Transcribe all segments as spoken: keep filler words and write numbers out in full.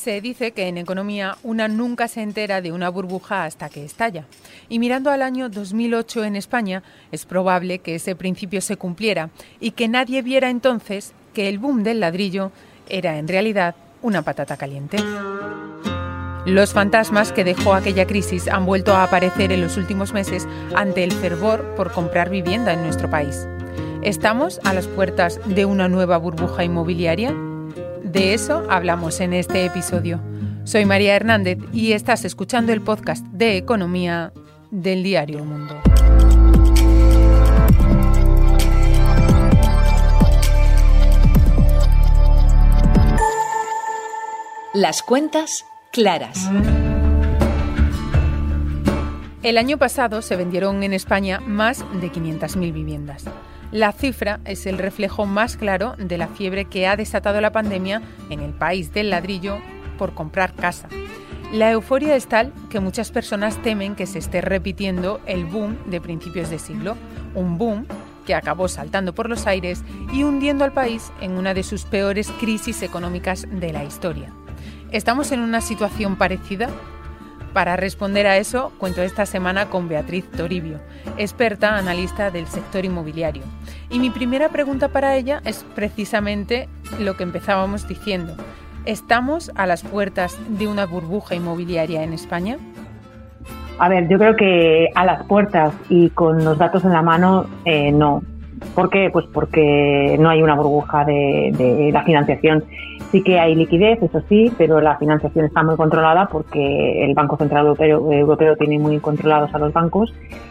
Se dice que en economía una nunca se entera de una burbuja hasta que estalla. Y mirando al año dos mil ocho en España, es probable que ese principio se cumpliera y que nadie viera entonces que el boom del ladrillo era en realidad una patata caliente. Los fantasmas que dejó aquella crisis han vuelto a aparecer en los últimos meses ante el fervor por comprar vivienda en nuestro país. ¿Estamos a las puertas de una nueva burbuja inmobiliaria? De eso hablamos en este episodio. Soy María Hernández y estás escuchando el podcast de economía del diario El Mundo. Las cuentas claras. El año pasado se vendieron en España más de quinientas mil viviendas. La cifra es el reflejo más claro de la fiebre que ha desatado la pandemia en el país del ladrillo por comprar casa. La euforia es tal que muchas personas temen que se esté repitiendo el boom de principios de siglo, un boom que acabó saltando por los aires y hundiendo al país en una de sus peores crisis económicas de la historia. ¿Estamos en una situación parecida? Para responder a eso, cuento esta semana con Beatriz Toribio, experta analista del sector inmobiliario. Y mi primera pregunta para ella es precisamente lo que empezábamos diciendo. ¿Estamos a las puertas de una burbuja inmobiliaria en España? A ver, yo creo que a las puertas y con los datos en la mano, eh, no. ¿Por qué? Pues porque no hay una burbuja de, de la financiación. Sí que hay liquidez, eso sí, pero la financiación está muy controlada porque el Banco Central Europeo, Europeo tiene muy controlados a los bancos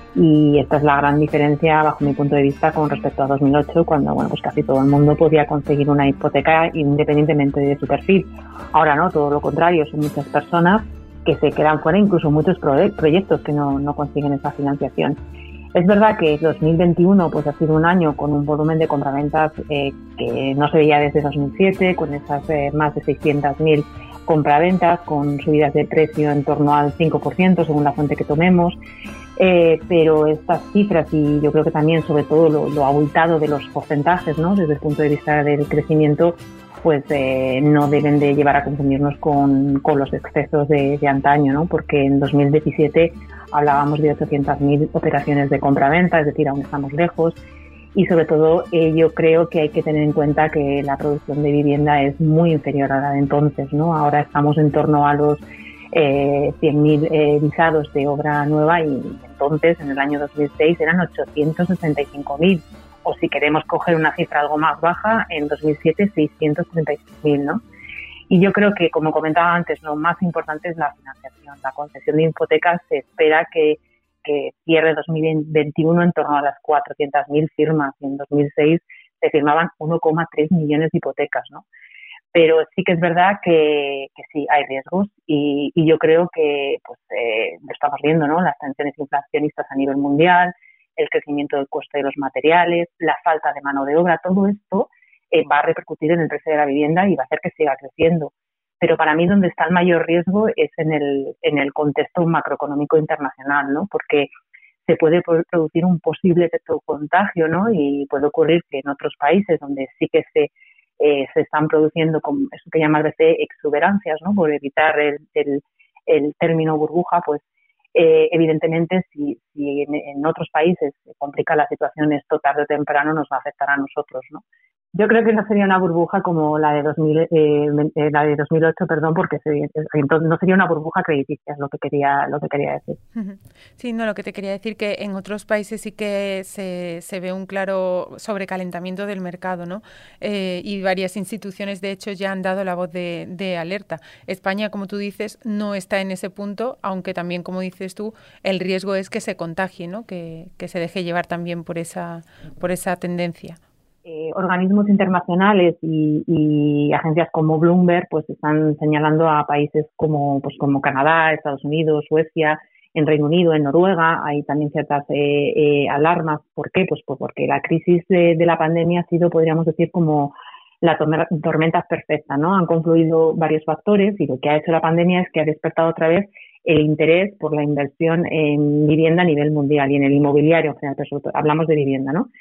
y esta es la gran diferencia, bajo mi punto de vista, con respecto a dos mil ocho, cuando bueno, pues casi todo el mundo podía conseguir una hipoteca independientemente de su perfil. Ahora no, todo lo contrario, son muchas personas que se quedan fuera, incluso muchos proyectos que no, no consiguen esa financiación. Es verdad que dos mil veintiuno pues ha sido un año con un volumen de compraventas eh, que no se veía desde dos mil siete, con esas eh, más de seiscientas mil compraventas, con subidas de precio en torno al cinco por ciento según la fuente que tomemos. Eh, pero estas cifras y yo creo que también sobre todo lo, lo abultado de los porcentajes, ¿no? Desde el punto de vista del crecimiento, pues eh, no deben de llevar a confundirnos con, con los excesos de, de antaño, ¿no? Porque en dos mil diecisiete hablábamos de ochocientas mil operaciones de compra-venta, es decir, aún estamos lejos. Y sobre todo eh, yo creo que hay que tener en cuenta que la producción de vivienda es muy inferior a la de entonces, ¿no? Ahora estamos en torno a los eh, cien mil eh, visados de obra nueva y entonces, en el año dos mil seis, eran ochocientos sesenta y cinco mil. O si queremos coger una cifra algo más baja, en dos mil siete, seiscientos treinta y seis mil, ¿no? Y yo creo que, como comentaba antes, lo más importante es la financiación. La concesión de hipotecas se espera que, que cierre dos mil veintiuno en torno a las cuatrocientas mil firmas y en dos mil seis se firmaban uno coma tres millones de hipotecas, ¿no? Pero sí que es verdad que, que sí, hay riesgos y, y yo creo que pues eh, lo estamos viendo, ¿no? Las tensiones inflacionistas a nivel mundial, el crecimiento del coste de los materiales, la falta de mano de obra, todo esto eh, va a repercutir en el precio de la vivienda y va a hacer que siga creciendo. Pero para mí donde está el mayor riesgo es en el, en el contexto macroeconómico internacional, ¿no? Porque se puede producir un posible efecto contagio, ¿no? Y puede ocurrir que en otros países donde sí que se, eh, se están produciendo como eso que llaman a veces exuberancias, ¿no? Por evitar el, el, el término burbuja, pues Eh, evidentemente, si, si en, en otros países se complica la situación, esto tarde o temprano nos va a afectar a nosotros, ¿no? Yo creo que no sería una burbuja como la de dos mil, eh, la de dos mil ocho, perdón, porque se, entonces no sería una burbuja crediticia, es lo que quería, lo que quería decir. Sí, no, lo que te quería decir que en otros países sí que se, se ve un claro sobrecalentamiento del mercado, ¿no? Eh, y varias instituciones, de hecho, ya han dado la voz de, de alerta. España, como tú dices, no está en ese punto, aunque también, como dices tú, el riesgo es que se contagie, ¿no? Que, que se deje llevar también por esa, por esa tendencia. Eh, organismos internacionales y, y agencias como Bloomberg pues están señalando a países como pues como Canadá, Estados Unidos, Suecia, en Reino Unido, en Noruega. Hay también ciertas eh, eh, alarmas. ¿Por qué? Pues, pues porque la crisis de, de la pandemia ha sido, podríamos decir, como la tormenta perfecta, ¿no? Han confluido varios factores y lo que ha hecho la pandemia es que ha despertado otra vez el interés por la inversión en vivienda a nivel mundial y en el inmobiliario en general, pero hablamos de vivienda, ¿no?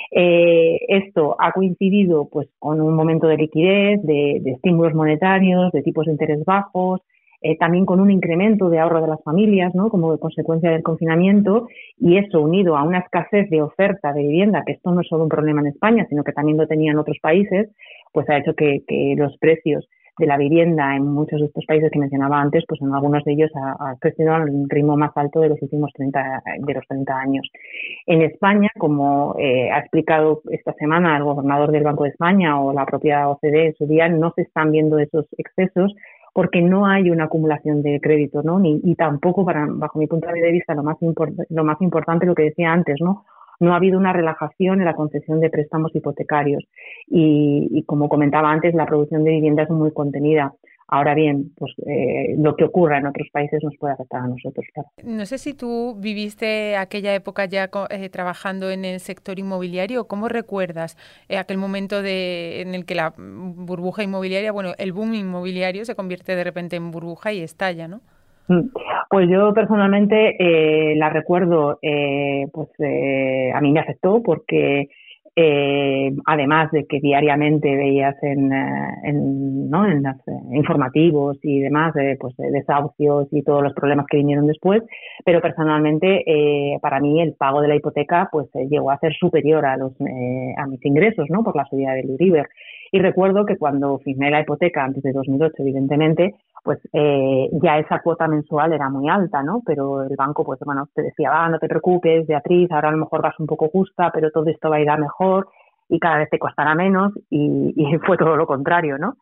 Eh, esto ha coincidido pues con un momento de liquidez, de, de estímulos monetarios, de tipos de interés bajos, eh, también con un incremento de ahorro de las familias, ¿no? Como consecuencia del confinamiento, y eso unido a una escasez de oferta de vivienda, que esto no es solo un problema en España, sino que también lo tenían otros países, pues ha hecho que, que los precios de la vivienda en muchos de estos países que mencionaba antes, pues en algunos de ellos ha, ha crecido a un ritmo más alto de los últimos treinta, de los treinta años. En España, como eh, ha explicado esta semana el gobernador del Banco de España o la propia O C D en su día, no se están viendo esos excesos porque no hay una acumulación de crédito, ¿no? Ni, y tampoco, para, bajo mi punto de vista, lo más, import, lo más importante, lo que decía antes, ¿no? No ha habido una relajación en la concesión de préstamos hipotecarios y, y como comentaba antes, la producción de vivienda es muy contenida. Ahora bien, pues eh, lo que ocurra en otros países nos puede afectar a nosotros, claro. No sé si tú viviste aquella época ya eh, trabajando en el sector inmobiliario. ¿Cómo recuerdas eh, aquel momento de, en el que la burbuja inmobiliaria, bueno, el boom inmobiliario se convierte de repente en burbuja y estalla, ¿no? Pues yo personalmente eh, la recuerdo, eh, pues eh, a mí me afectó porque eh, además de que diariamente veías en, en, ¿no? en los informativos y demás, eh, pues desahucios y todos los problemas que vinieron después, pero personalmente eh, para mí el pago de la hipoteca pues eh, llegó a ser superior a los eh, a mis ingresos, ¿no? Por la subida del Euribor. Y recuerdo que cuando firmé la hipoteca antes de dos mil ocho, evidentemente, pues eh, ya esa cuota mensual era muy alta, ¿no? Pero el banco, pues bueno, te decía, ah, no te preocupes, Beatriz, ahora a lo mejor vas un poco justa, pero todo esto va a ir a mejor y cada vez te costará menos, y, y fue todo lo contrario, ¿no?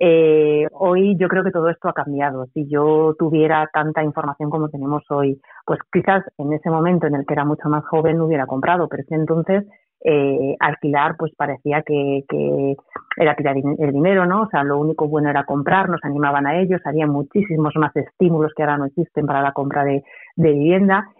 Eh, hoy yo creo que todo esto ha cambiado. Si yo tuviera tanta información como tenemos hoy, pues quizás en ese momento en el que era mucho más joven no hubiera comprado, pero es que entonces eh, alquilar pues parecía que, que era tirar el dinero, ¿no? O sea, lo único bueno era comprar, nos animaban a ellos, había muchísimos más estímulos que ahora no existen para la compra de, de vivienda.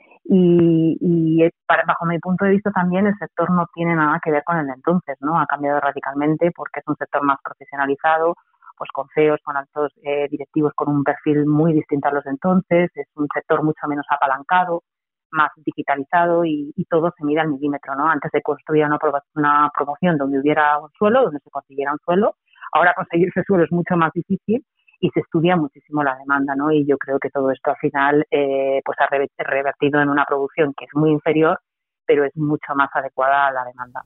Y, y para, bajo mi punto de vista también el sector no tiene nada que ver con el de entonces, ¿no? Ha cambiado radicalmente porque es un sector más profesionalizado, pues con C E Os, con altos eh, directivos con un perfil muy distinto a los de entonces, es un sector mucho menos apalancado, más digitalizado y, y todo se mide al milímetro, ¿no? Antes de construir una, una promoción donde hubiera un suelo, donde se consiguiera un suelo, ahora conseguir ese suelo es mucho más difícil y se estudia muchísimo la demanda, ¿no? Y yo creo que todo esto al final eh, pues ha revertido en una producción que es muy inferior, pero es mucho más adecuada a la demanda.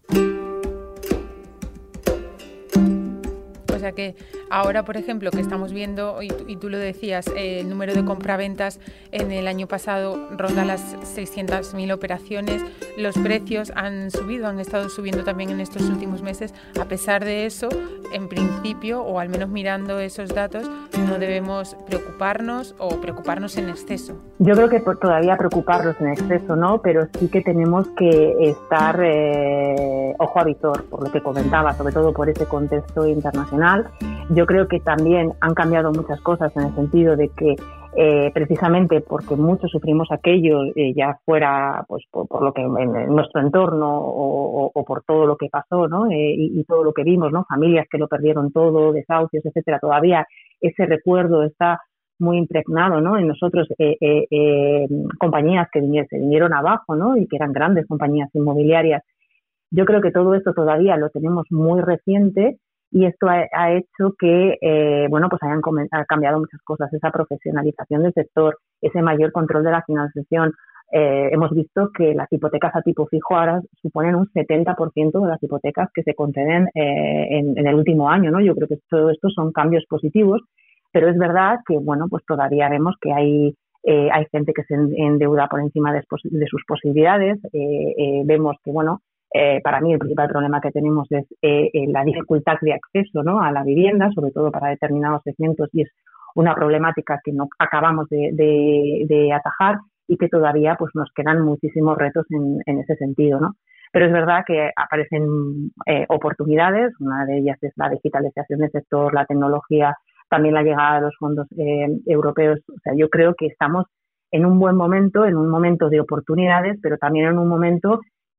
O sea que ahora, por ejemplo, que estamos viendo, y tú, y tú lo decías, eh, el número de compraventas en el año pasado ronda las seiscientas mil operaciones, los precios han subido, han estado subiendo también en estos últimos meses. A pesar de eso, en principio, o al menos mirando esos datos, no debemos preocuparnos o preocuparnos en exceso. Yo creo que todavía preocuparnos en exceso, ¿no? Pero sí que tenemos que estar eh, ojo a visor, por lo que comentaba, sobre todo por ese contexto internacional. Yo creo que también han cambiado muchas cosas en el sentido de que eh, precisamente porque muchos sufrimos aquello, eh, ya fuera pues por, por lo que en, en nuestro entorno o, o, o por todo lo que pasó, ¿no? Eh, y, y todo lo que vimos, ¿no? Familias que lo perdieron todo, desahucios, etcétera. Todavía ese recuerdo está muy impregnado, ¿no? En nosotros, eh, eh, eh, compañías que vinieron, se vinieron abajo, ¿no? Y que eran grandes compañías inmobiliarias. Yo creo que todo esto todavía lo tenemos muy reciente. Y esto ha, ha hecho que, eh, bueno, pues hayan ha cambiado muchas cosas, esa profesionalización del sector, ese mayor control de la financiación. Eh, hemos visto que las hipotecas a tipo fijo ahora suponen un setenta por ciento de las hipotecas que se conceden eh, en, en el último año, ¿no? Yo creo que todo esto son cambios positivos, pero es verdad que, bueno, pues todavía vemos que hay eh, hay gente que se endeuda por encima de, de sus posibilidades. Eh, eh, vemos que, bueno, Eh, para mí el principal problema que tenemos es eh, eh, la dificultad de acceso, ¿no? A la vivienda, sobre todo para determinados segmentos, y es una problemática que no acabamos de, de, de atajar y que todavía pues nos quedan muchísimos retos en, en ese sentido, ¿no? Pero es verdad que aparecen eh, oportunidades, una de ellas es la digitalización del sector, la tecnología, también la llegada de los fondos eh, europeos. O sea, yo creo que estamos en un buen momento, en un momento de oportunidades, pero también en un momento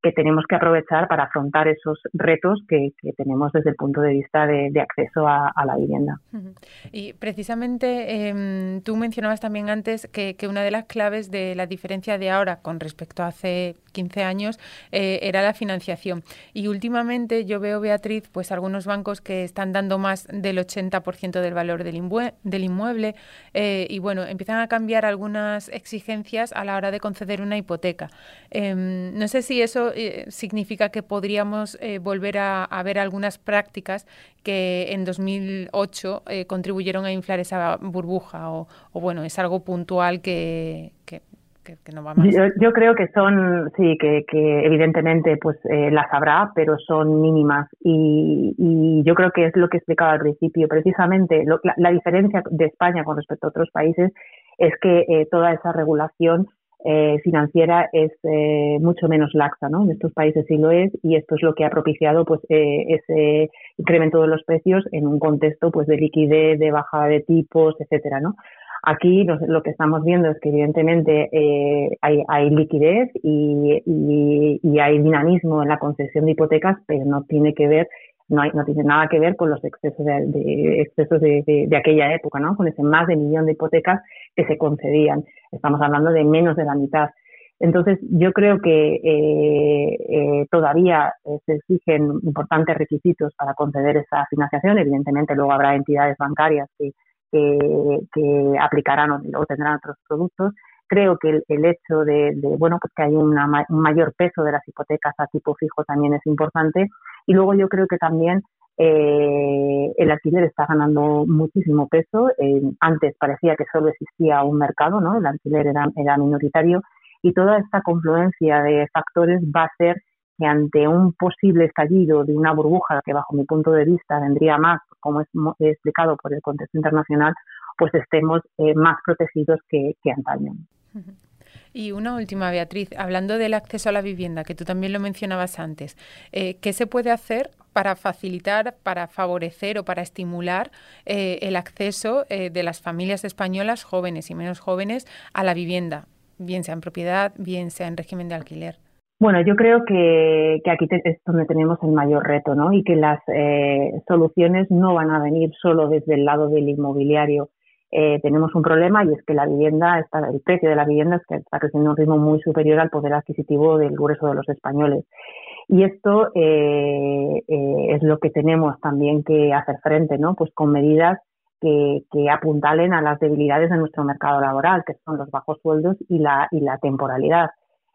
que tenemos que aprovechar para afrontar esos retos que, que tenemos desde el punto de vista de, de acceso a, a la vivienda. Y precisamente eh, tú mencionabas también antes que, que una de las claves de la diferencia de ahora con respecto a hace quince años eh, era la financiación. Y últimamente yo veo, Beatriz, pues algunos bancos que están dando más del ochenta por ciento del valor del, inmue- del inmueble eh, y bueno, empiezan a cambiar algunas exigencias a la hora de conceder una hipoteca. Eh, no sé si eso eh, significa que podríamos eh, volver a, a ver algunas prácticas que en dos mil ocho eh, contribuyeron a inflar esa burbuja o, o bueno, es algo puntual que, que, que, que no va más. Yo, yo creo que son, sí, que, que evidentemente pues eh, las habrá, pero son mínimas y, y yo creo que es lo que explicaba al principio. Precisamente lo, la, la diferencia de España con respecto a otros países es que eh, toda esa regulación Eh, financiera es eh, mucho menos laxa, ¿no? En estos países sí lo es y esto es lo que ha propiciado pues eh, ese incremento de los precios en un contexto pues de liquidez, de bajada de tipos, etcétera, ¿no? Aquí lo, lo que estamos viendo es que evidentemente eh, hay, hay liquidez y, y, y hay dinamismo en la concesión de hipotecas, pero no tiene que ver No, hay, no tiene nada que ver con los excesos de, de excesos de, de, de aquella época, ¿no? Con ese más de millón de hipotecas que se concedían. Estamos hablando de menos de la mitad. Entonces, yo creo que eh, eh, todavía eh, se exigen importantes requisitos para conceder esa financiación. Evidentemente, luego habrá entidades bancarias que, que, que aplicarán o, o tendrán otros productos. Creo que el, el hecho de, de bueno pues que hay una, un mayor peso de las hipotecas a tipo fijo también es importante y luego yo creo que también eh, el alquiler está ganando muchísimo peso. Eh, antes parecía que solo existía un mercado, ¿no? El alquiler era, era minoritario y toda esta confluencia de factores va a hacer que ante un posible estallido de una burbuja que bajo mi punto de vista vendría más, como es he explicado por el contexto internacional, pues estemos eh, más protegidos que, que antaño. Y una última, Beatriz, hablando del acceso a la vivienda, que tú también lo mencionabas antes, eh, ¿qué se puede hacer para facilitar, para favorecer o para estimular eh, el acceso eh, de las familias españolas, jóvenes y menos jóvenes, a la vivienda, bien sea en propiedad, bien sea en régimen de alquiler? Bueno, yo creo que, que aquí te, es donde tenemos el mayor reto, ¿no? Y que las eh, soluciones no van a venir solo desde el lado del inmobiliario. Eh, tenemos un problema y es que la vivienda, está, el precio de la vivienda es que está creciendo a un ritmo muy superior al poder adquisitivo del grueso de los españoles. Y esto eh, eh, es lo que tenemos también que hacer frente, ¿no? Pues con medidas que, que apuntalen a las debilidades de nuestro mercado laboral, que son los bajos sueldos y la, y la temporalidad.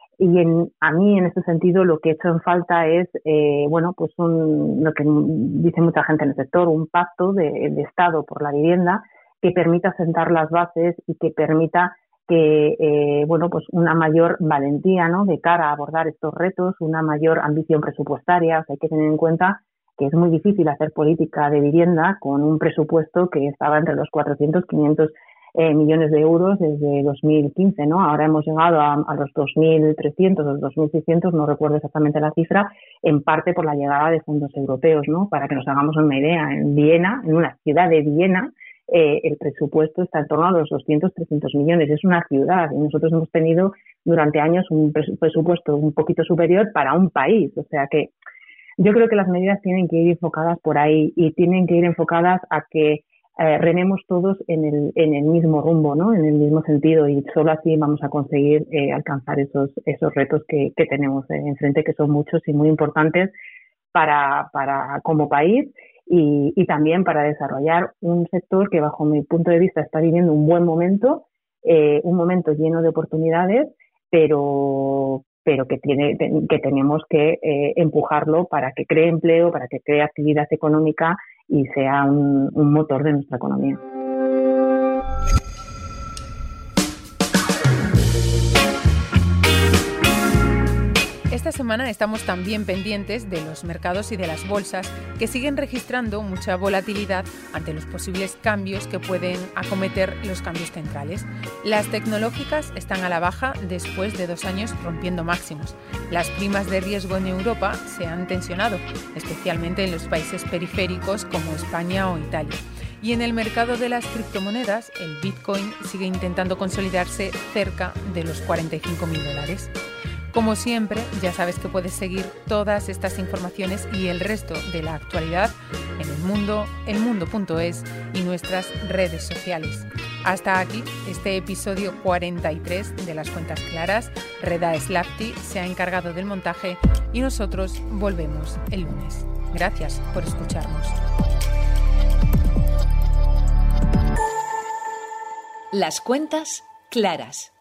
Y en, a mí, en este sentido, lo que he hecho en falta es, eh, bueno, pues un, lo que dice mucha gente en el sector, un pacto de, de Estado por la vivienda que permita sentar las bases y que permita que, eh, bueno, pues una mayor valentía, ¿no? De cara a abordar estos retos, una mayor ambición presupuestaria. O sea, hay que tener en cuenta que es muy difícil hacer política de vivienda con un presupuesto que estaba entre los cuatrocientos, quinientos eh, millones de euros desde dos mil quince, ¿no? Ahora hemos llegado a, a los dos mil trescientos o dos mil seiscientos, no recuerdo exactamente la cifra, en parte por la llegada de fondos europeos, ¿no? Para que nos hagamos una idea, en Viena, en una ciudad de Viena, Eh, el presupuesto está en torno a los doscientos, trescientos millones. Es una ciudad y nosotros hemos tenido durante años un presupuesto un poquito superior para un país. O sea que yo creo que las medidas tienen que ir enfocadas por ahí y tienen que ir enfocadas a que eh, rememos todos en el, en el mismo rumbo, ¿no? En el mismo sentido y solo así vamos a conseguir eh, alcanzar esos, esos retos que, que tenemos eh, enfrente, que son muchos y muy importantes para, para como país. Y, y también para desarrollar un sector que bajo mi punto de vista está viviendo un buen momento, eh, un momento lleno de oportunidades, pero, pero que, tiene, que tenemos que eh, empujarlo para que cree empleo, para que cree actividad económica y sea un, un motor de nuestra economía. Esta semana estamos también pendientes de los mercados y de las bolsas que siguen registrando mucha volatilidad ante los posibles cambios que pueden acometer los cambios centrales. Las tecnológicas están a la baja después de dos años rompiendo máximos. Las primas de riesgo en Europa se han tensionado, especialmente en los países periféricos como España o Italia. Y en el mercado de las criptomonedas, el Bitcoin sigue intentando consolidarse cerca de los cuarenta y cinco mil dólares. Como siempre, ya sabes que puedes seguir todas estas informaciones y el resto de la actualidad en El Mundo, elmundo punto es y nuestras redes sociales. Hasta aquí este episodio cuarenta y tres de Las Cuentas Claras. Reda Slapty se ha encargado del montaje y nosotros volvemos el lunes. Gracias por escucharnos. Las Cuentas Claras.